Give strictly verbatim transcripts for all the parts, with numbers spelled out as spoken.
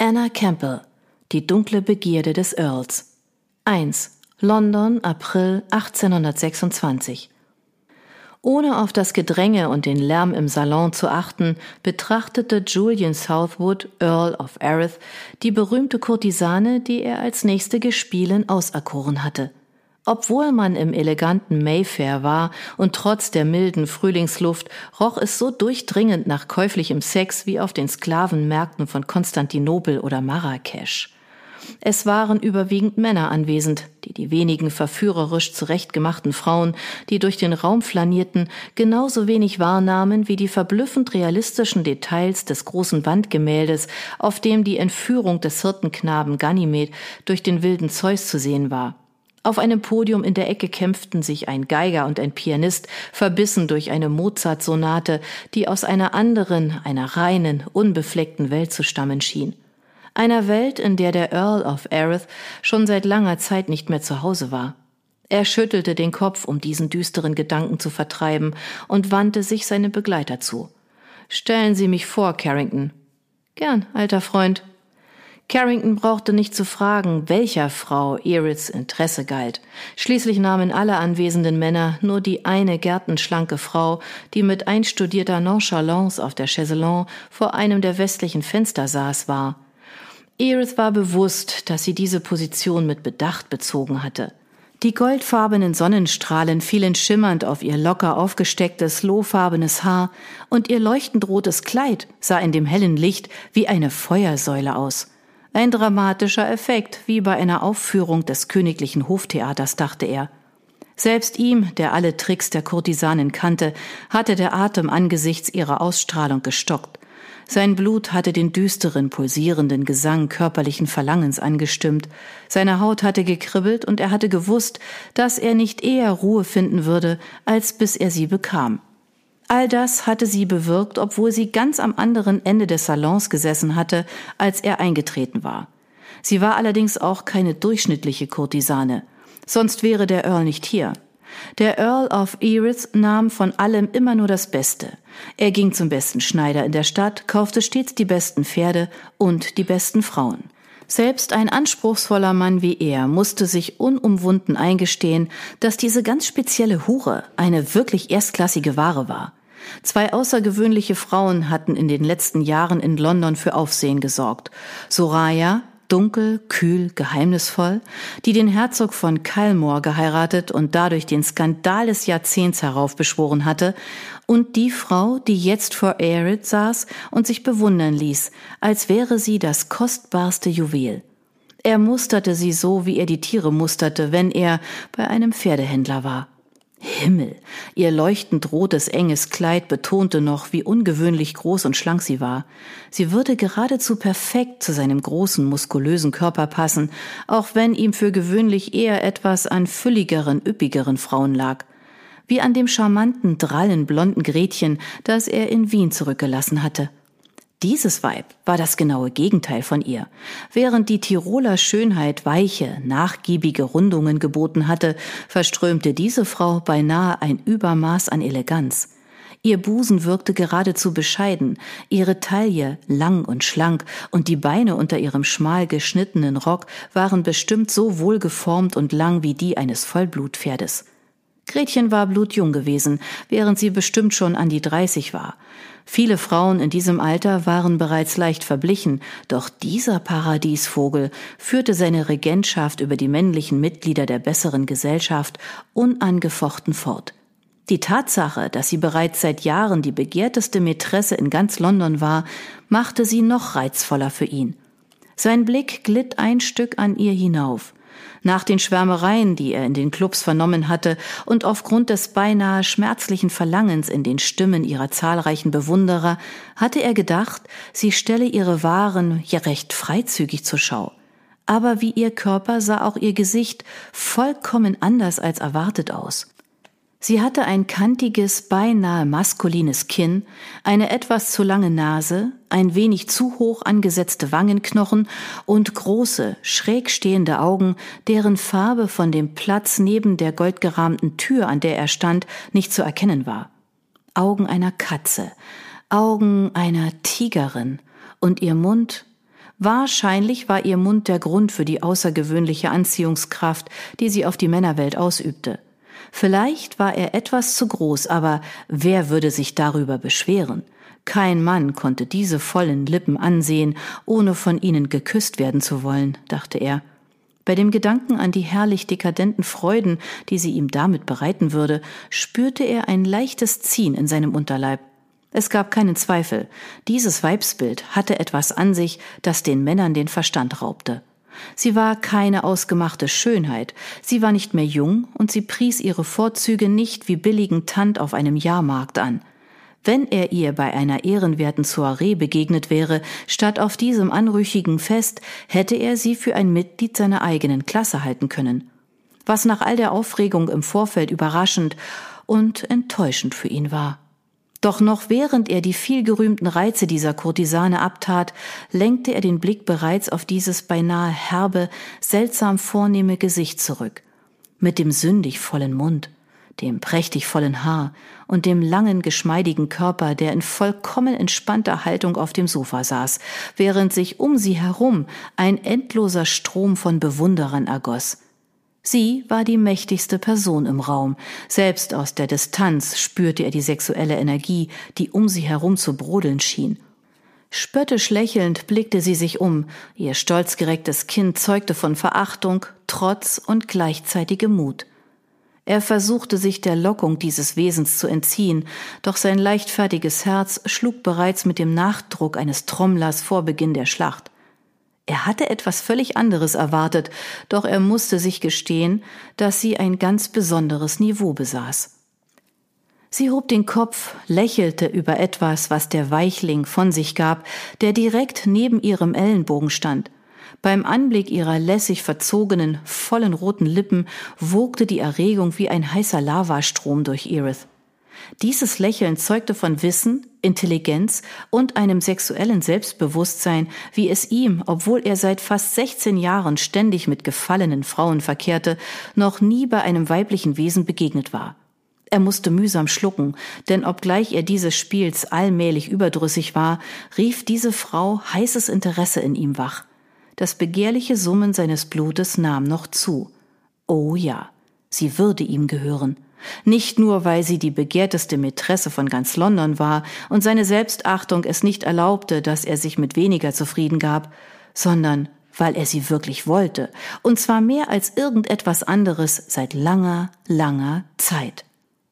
Anna Campbell, die dunkle Begierde des Earls. eins. London, April achtzehnhundertsechsundzwanzig. Ohne auf das Gedränge und den Lärm im Salon zu achten, betrachtete Julian Southwood, Earl of Erith, die berühmte Kurtisane, die er als nächste Gespielin auserkoren hatte. Obwohl man im eleganten Mayfair war und trotz der milden Frühlingsluft, roch es so durchdringend nach käuflichem Sex wie auf den Sklavenmärkten von Konstantinopel oder Marrakesch. Es waren überwiegend Männer anwesend, die die wenigen verführerisch zurechtgemachten Frauen, die durch den Raum flanierten, genauso wenig wahrnahmen wie die verblüffend realistischen Details des großen Wandgemäldes, auf dem die Entführung des Hirtenknaben Ganymed durch den wilden Zeus zu sehen war. Auf einem Podium in der Ecke kämpften sich ein Geiger und ein Pianist, verbissen durch eine Mozart-Sonate, die aus einer anderen, einer reinen, unbefleckten Welt zu stammen schien. Einer Welt, in der der Earl of Erith schon seit langer Zeit nicht mehr zu Hause war. Er schüttelte den Kopf, um diesen düsteren Gedanken zu vertreiben, und wandte sich seinem Begleiter zu. »Stellen Sie mich vor, Carrington.« »Gern, alter Freund.« Carrington brauchte nicht zu fragen, welcher Frau Eriths Interesse galt. Schließlich nahmen alle anwesenden Männer nur die eine gärtenschlanke Frau, die mit einstudierter Nonchalance auf der Chaiselongue vor einem der westlichen Fenster saß, wahr. Erith war bewusst, dass sie diese Position mit Bedacht bezogen hatte. Die goldfarbenen Sonnenstrahlen fielen schimmernd auf ihr locker aufgestecktes, lohfarbenes Haar, und ihr leuchtend rotes Kleid sah in dem hellen Licht wie eine Feuersäule aus. Ein dramatischer Effekt, wie bei einer Aufführung des königlichen Hoftheaters, dachte er. Selbst ihm, der alle Tricks der Kurtisanen kannte, hatte der Atem angesichts ihrer Ausstrahlung gestockt. Sein Blut hatte den düsteren, pulsierenden Gesang körperlichen Verlangens angestimmt. Seine Haut hatte gekribbelt und er hatte gewusst, dass er nicht eher Ruhe finden würde, als bis er sie bekam. All das hatte sie bewirkt, obwohl sie ganz am anderen Ende des Salons gesessen hatte, als er eingetreten war. Sie war allerdings auch keine durchschnittliche Kurtisane, sonst wäre der Earl nicht hier. Der Earl of Erith nahm von allem immer nur das Beste. Er ging zum besten Schneider in der Stadt, kaufte stets die besten Pferde und die besten Frauen. Selbst ein anspruchsvoller Mann wie er musste sich unumwunden eingestehen, dass diese ganz spezielle Hure eine wirklich erstklassige Ware war. Zwei außergewöhnliche Frauen hatten in den letzten Jahren in London für Aufsehen gesorgt. Soraya, dunkel, kühl, geheimnisvoll, die den Herzog von Kylemore geheiratet und dadurch den Skandal des Jahrzehnts heraufbeschworen hatte, und die Frau, die jetzt vor Erith saß und sich bewundern ließ, als wäre sie das kostbarste Juwel. Er musterte sie so, wie er die Tiere musterte, wenn er bei einem Pferdehändler war. Himmel, ihr leuchtend rotes, enges Kleid betonte noch, wie ungewöhnlich groß und schlank sie war. Sie würde geradezu perfekt zu seinem großen, muskulösen Körper passen, auch wenn ihm für gewöhnlich eher etwas an fülligeren, üppigeren Frauen lag. Wie an dem charmanten, drallen, blonden Gretchen, das er in Wien zurückgelassen hatte. Dieses Weib war das genaue Gegenteil von ihr. Während die Tiroler Schönheit weiche, nachgiebige Rundungen geboten hatte, verströmte diese Frau beinahe ein Übermaß an Eleganz. Ihr Busen wirkte geradezu bescheiden, ihre Taille lang und schlank und die Beine unter ihrem schmal geschnittenen Rock waren bestimmt so wohlgeformt und lang wie die eines Vollblutpferdes. Gretchen war blutjung gewesen, während sie bestimmt schon an die dreißig war. Viele Frauen in diesem Alter waren bereits leicht verblichen, doch dieser Paradiesvogel führte seine Regentschaft über die männlichen Mitglieder der besseren Gesellschaft unangefochten fort. Die Tatsache, dass sie bereits seit Jahren die begehrteste Mätresse in ganz London war, machte sie noch reizvoller für ihn. Sein Blick glitt ein Stück an ihr hinauf. Nach den Schwärmereien, die er in den Clubs vernommen hatte, und aufgrund des beinahe schmerzlichen Verlangens in den Stimmen ihrer zahlreichen Bewunderer, hatte er gedacht, sie stelle ihre Waren ja recht freizügig zur Schau. Aber wie ihr Körper sah auch ihr Gesicht vollkommen anders als erwartet aus. Sie hatte ein kantiges, beinahe maskulines Kinn, eine etwas zu lange Nase, ein wenig zu hoch angesetzte Wangenknochen und große, schräg stehende Augen, deren Farbe von dem Platz neben der goldgerahmten Tür, an der er stand, nicht zu erkennen war. Augen einer Katze, Augen einer Tigerin, und ihr Mund Wahrscheinlich war ihr Mund der Grund für die außergewöhnliche Anziehungskraft, die sie auf die Männerwelt ausübte. Vielleicht war er etwas zu groß, aber wer würde sich darüber beschweren? Kein Mann konnte diese vollen Lippen ansehen, ohne von ihnen geküsst werden zu wollen, dachte er. Bei dem Gedanken an die herrlich dekadenten Freuden, die sie ihm damit bereiten würde, spürte er ein leichtes Ziehen in seinem Unterleib. Es gab keinen Zweifel, dieses Weibsbild hatte etwas an sich, das den Männern den Verstand raubte. Sie war keine ausgemachte Schönheit, sie war nicht mehr jung und sie pries ihre Vorzüge nicht wie billigen Tand auf einem Jahrmarkt an. Wenn er ihr bei einer ehrenwerten Soiree begegnet wäre, statt auf diesem anrüchigen Fest, hätte er sie für ein Mitglied seiner eigenen Klasse halten können. Was nach all der Aufregung im Vorfeld überraschend und enttäuschend für ihn war. Doch noch während er die vielgerühmten Reize dieser Kurtisane abtat, lenkte er den Blick bereits auf dieses beinahe herbe, seltsam vornehme Gesicht zurück. Mit dem sündig vollen Mund, dem prächtig vollen Haar und dem langen, geschmeidigen Körper, der in vollkommen entspannter Haltung auf dem Sofa saß, während sich um sie herum ein endloser Strom von Bewunderern ergoss. Sie war die mächtigste Person im Raum. Selbst aus der Distanz spürte er die sexuelle Energie, die um sie herum zu brodeln schien. Spöttisch lächelnd blickte sie sich um. Ihr stolz gerecktes Kinn zeugte von Verachtung, Trotz und gleichzeitigem Mut. Er versuchte sich der Lockung dieses Wesens zu entziehen, doch sein leichtfertiges Herz schlug bereits mit dem Nachdruck eines Trommlers vor Beginn der Schlacht. Er hatte etwas völlig anderes erwartet, doch er musste sich gestehen, dass sie ein ganz besonderes Niveau besaß. Sie hob den Kopf, lächelte über etwas, was der Weichling von sich gab, der direkt neben ihrem Ellenbogen stand. Beim Anblick ihrer lässig verzogenen, vollen roten Lippen wogte die Erregung wie ein heißer Lavastrom durch Erith. Dieses Lächeln zeugte von Wissen, Intelligenz und einem sexuellen Selbstbewusstsein, wie es ihm, obwohl er seit fast sechzehn Jahren ständig mit gefallenen Frauen verkehrte, noch nie bei einem weiblichen Wesen begegnet war. Er musste mühsam schlucken, denn obgleich er dieses Spiels allmählich überdrüssig war, rief diese Frau heißes Interesse in ihm wach. Das begehrliche Summen seines Blutes nahm noch zu. Oh ja, sie würde ihm gehören. Nicht nur, weil sie die begehrteste Mätresse von ganz London war und seine Selbstachtung es nicht erlaubte, dass er sich mit weniger zufrieden gab, sondern weil er sie wirklich wollte, und zwar mehr als irgendetwas anderes seit langer, langer Zeit.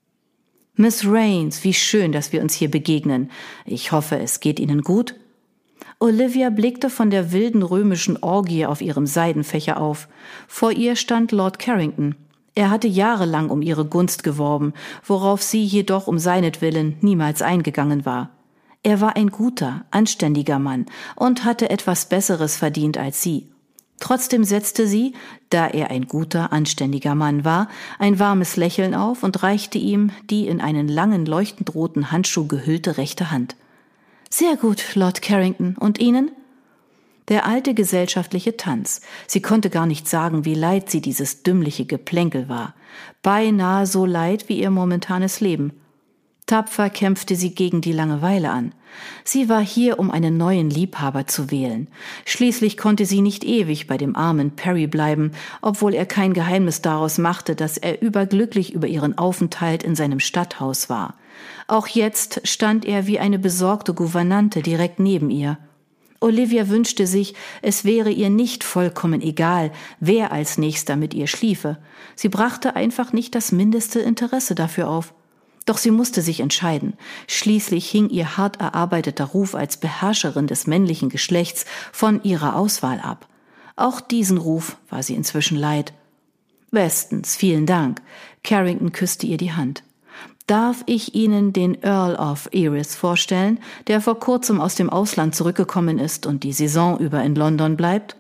Miss Rains, wie schön, dass wir uns hier begegnen. Ich hoffe, es geht Ihnen gut. Olivia blickte von der wilden römischen Orgie auf ihrem Seidenfächer auf. Vor ihr stand Lord Carrington. Er hatte jahrelang um ihre Gunst geworben, worauf sie jedoch um seinetwillen niemals eingegangen war. Er war ein guter, anständiger Mann und hatte etwas Besseres verdient als sie. Trotzdem setzte sie, da er ein guter, anständiger Mann war, ein warmes Lächeln auf und reichte ihm die in einen langen, leuchtend roten Handschuh gehüllte rechte Hand. »Sehr gut, Lord Carrington. Und Ihnen?« Der alte gesellschaftliche Tanz. Sie konnte gar nicht sagen, wie leid sie dieses dümmliche Geplänkel war. Beinahe so leid wie ihr momentanes Leben. Tapfer kämpfte sie gegen die Langeweile an. Sie war hier, um einen neuen Liebhaber zu wählen. Schließlich konnte sie nicht ewig bei dem armen Perry bleiben, obwohl er kein Geheimnis daraus machte, dass er überglücklich über ihren Aufenthalt in seinem Stadthaus war. Auch jetzt stand er wie eine besorgte Gouvernante direkt neben ihr. Olivia wünschte sich, es wäre ihr nicht vollkommen egal, wer als Nächster mit ihr schliefe. Sie brachte einfach nicht das mindeste Interesse dafür auf. Doch sie musste sich entscheiden. Schließlich hing ihr hart erarbeiteter Ruf als Beherrscherin des männlichen Geschlechts von ihrer Auswahl ab. Auch diesen Ruf war sie inzwischen leid. »Bestens, vielen Dank.« Carrington küsste ihr die Hand. »Darf ich Ihnen den Earl of Erith vorstellen, der vor kurzem aus dem Ausland zurückgekommen ist und die Saison über in London bleibt?«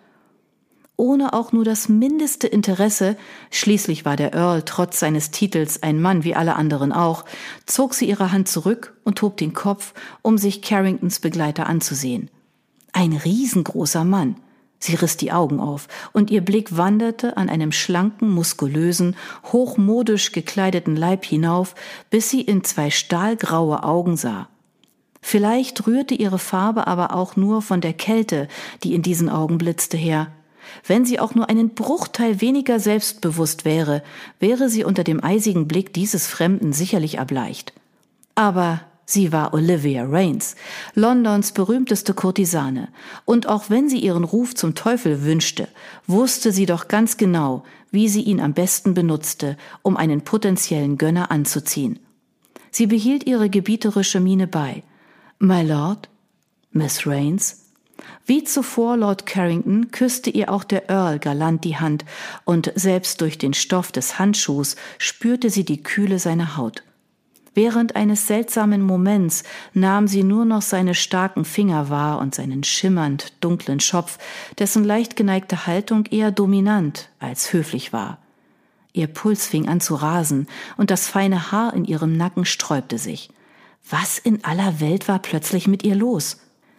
Ohne auch nur das mindeste Interesse, schließlich war der Earl trotz seines Titels ein Mann wie alle anderen auch, zog sie ihre Hand zurück und hob den Kopf, um sich Carringtons Begleiter anzusehen. Ein riesengroßer Mann. Sie riss die Augen auf, und ihr Blick wanderte an einem schlanken, muskulösen, hochmodisch gekleideten Leib hinauf, bis sie in zwei stahlgraue Augen sah. Vielleicht rührte ihre Farbe aber auch nur von der Kälte, die in diesen Augen blitzte, her. Wenn sie auch nur einen Bruchteil weniger selbstbewusst wäre, wäre sie unter dem eisigen Blick dieses Fremden sicherlich erbleicht. Aber sie war Olivia Raines, Londons berühmteste Kurtisane, und auch wenn sie ihren Ruf zum Teufel wünschte, wusste sie doch ganz genau, wie sie ihn am besten benutzte, um einen potenziellen Gönner anzuziehen. Sie behielt ihre gebieterische Miene bei. »My Lord? Miss Raines?« Wie zuvor Lord Carrington küsste ihr auch der Earl galant die Hand, und selbst durch den Stoff des Handschuhs spürte sie die Kühle seiner Haut. Während eines seltsamen Moments nahm sie nur noch seine starken Finger wahr und seinen schimmernd dunklen Schopf, dessen leicht geneigte Haltung eher dominant als höflich war. Ihr Puls fing an zu rasen und das feine Haar in ihrem Nacken sträubte sich. Was in aller Welt war plötzlich mit ihr los?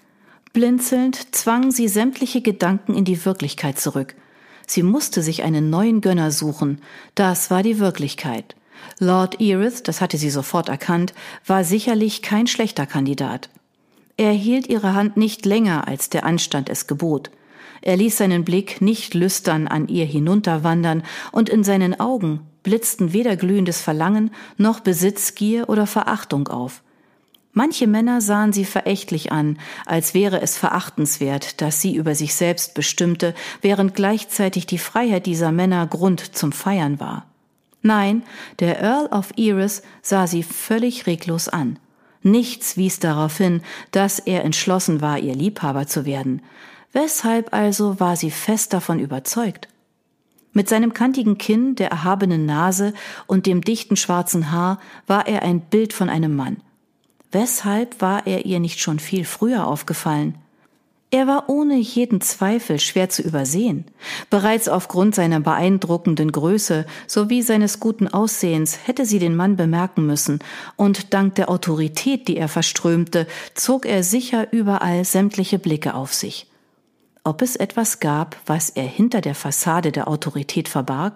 Blinzelnd zwang sie sämtliche Gedanken in die Wirklichkeit zurück. Sie musste sich einen neuen Gönner suchen. Das war die Wirklichkeit. Lord Erith, das hatte sie sofort erkannt, war sicherlich kein schlechter Kandidat. Er hielt ihre Hand nicht länger, als der Anstand es gebot. Er ließ seinen Blick nicht lüstern an ihr hinunterwandern, und in seinen Augen blitzten weder glühendes Verlangen noch Besitzgier oder Verachtung auf. Manche Männer sahen sie verächtlich an, als wäre es verachtenswert, dass sie über sich selbst bestimmte, während gleichzeitig die Freiheit dieser Männer Grund zum Feiern war. Nein, der Earl of Erith sah sie völlig reglos an. Nichts wies darauf hin, dass er entschlossen war, ihr Liebhaber zu werden. Weshalb also war sie fest davon überzeugt? Mit seinem kantigen Kinn, der erhabenen Nase und dem dichten schwarzen Haar war er ein Bild von einem Mann. Weshalb war er ihr nicht schon viel früher aufgefallen? Er war ohne jeden Zweifel schwer zu übersehen. Bereits aufgrund seiner beeindruckenden Größe sowie seines guten Aussehens hätte sie den Mann bemerken müssen, und dank der Autorität, die er verströmte, zog er sicher überall sämtliche Blicke auf sich. Ob es etwas gab, was er hinter der Fassade der Autorität verbarg?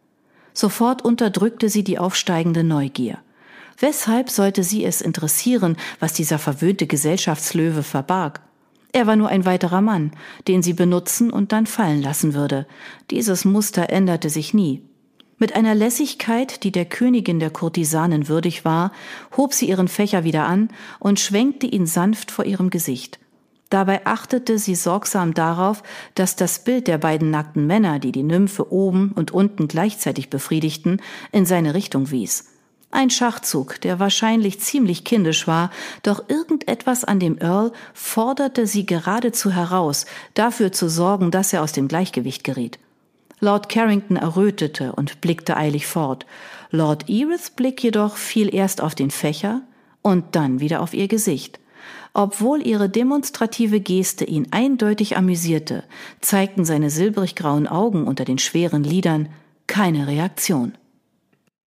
Sofort unterdrückte sie die aufsteigende Neugier. Weshalb sollte sie es interessieren, was dieser verwöhnte Gesellschaftslöwe verbarg? Er war nur ein weiterer Mann, den sie benutzen und dann fallen lassen würde. Dieses Muster änderte sich nie. Mit einer Lässigkeit, die der Königin der Kurtisanen würdig war, hob sie ihren Fächer wieder an und schwenkte ihn sanft vor ihrem Gesicht. Dabei achtete sie sorgsam darauf, dass das Bild der beiden nackten Männer, die die Nymphe oben und unten gleichzeitig befriedigten, in seine Richtung wies. Ein Schachzug, der wahrscheinlich ziemlich kindisch war, doch irgendetwas an dem Earl forderte sie geradezu heraus, dafür zu sorgen, dass er aus dem Gleichgewicht geriet. Lord Carrington errötete und blickte eilig fort. Lord Eriths Blick jedoch fiel erst auf den Fächer und dann wieder auf ihr Gesicht. Obwohl ihre demonstrative Geste ihn eindeutig amüsierte, zeigten seine silbrig-grauen Augen unter den schweren Lidern keine Reaktion.